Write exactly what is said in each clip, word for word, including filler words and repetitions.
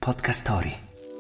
Podcast Story.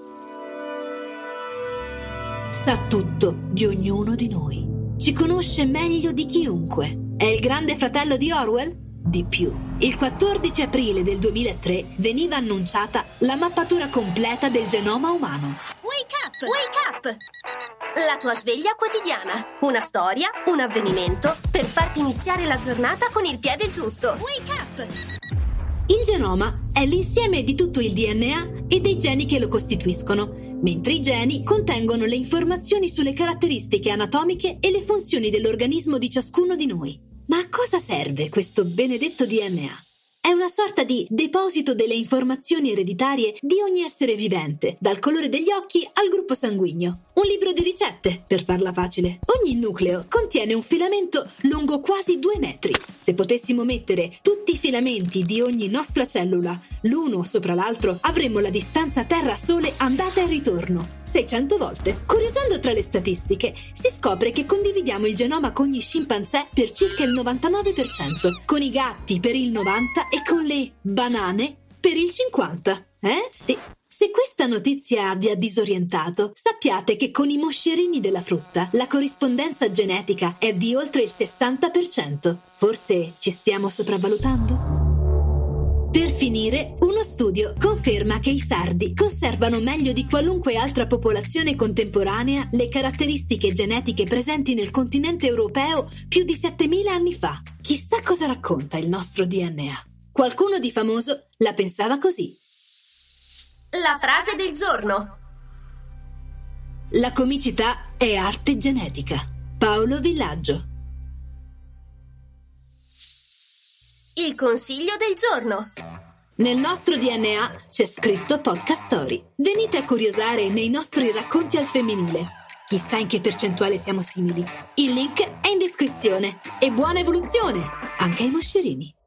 Sa tutto di ognuno di noi. Ci conosce meglio di chiunque. È il grande fratello di Orwell? Di più. Il quattordici aprile del duemilatré veniva annunciata la mappatura completa del genoma umano. Wake up! Wake up! La tua sveglia quotidiana. Una storia, un avvenimento per farti iniziare la giornata con il piede giusto. Wake up! Il genoma è l'insieme di tutto il D N A e dei geni che lo costituiscono, mentre i geni contengono le informazioni sulle caratteristiche anatomiche e le funzioni dell'organismo di ciascuno di noi. Ma a cosa serve questo benedetto D N A? È una sorta di deposito delle informazioni ereditarie di ogni essere vivente, dal colore degli occhi al gruppo sanguigno. Un libro di ricette, per farla facile. Ogni nucleo contiene un filamento lungo quasi due metri. Se potessimo mettere tutti i filamenti di ogni nostra cellula l'uno sopra l'altro, avremmo la distanza Terra-Sole andata e ritorno, seicento volte. Curiosando tra le statistiche, si scopre che condividiamo il genoma con gli scimpanzé per circa il novantanove per cento, con i gatti per il novanta per cento e con le banane per il cinquanta per cento. Eh sì. Se questa notizia vi ha disorientato, sappiate che con i moscerini della frutta la corrispondenza genetica è di oltre il sessanta per cento. Forse ci stiamo sopravvalutando? Per finire, uno studio conferma che i sardi conservano meglio di qualunque altra popolazione contemporanea le caratteristiche genetiche presenti nel continente europeo più di settemila anni fa. Chissà cosa racconta il nostro D N A. Qualcuno di famoso la pensava così. La frase del giorno. La comicità è arte genetica. Paolo Villaggio. Il consiglio del giorno. Nel nostro D N A c'è scritto Podcast Story. Venite a curiosare nei nostri racconti al femminile. Chissà in che percentuale siamo simili. Il link è in descrizione. E buona evoluzione anche ai moscerini.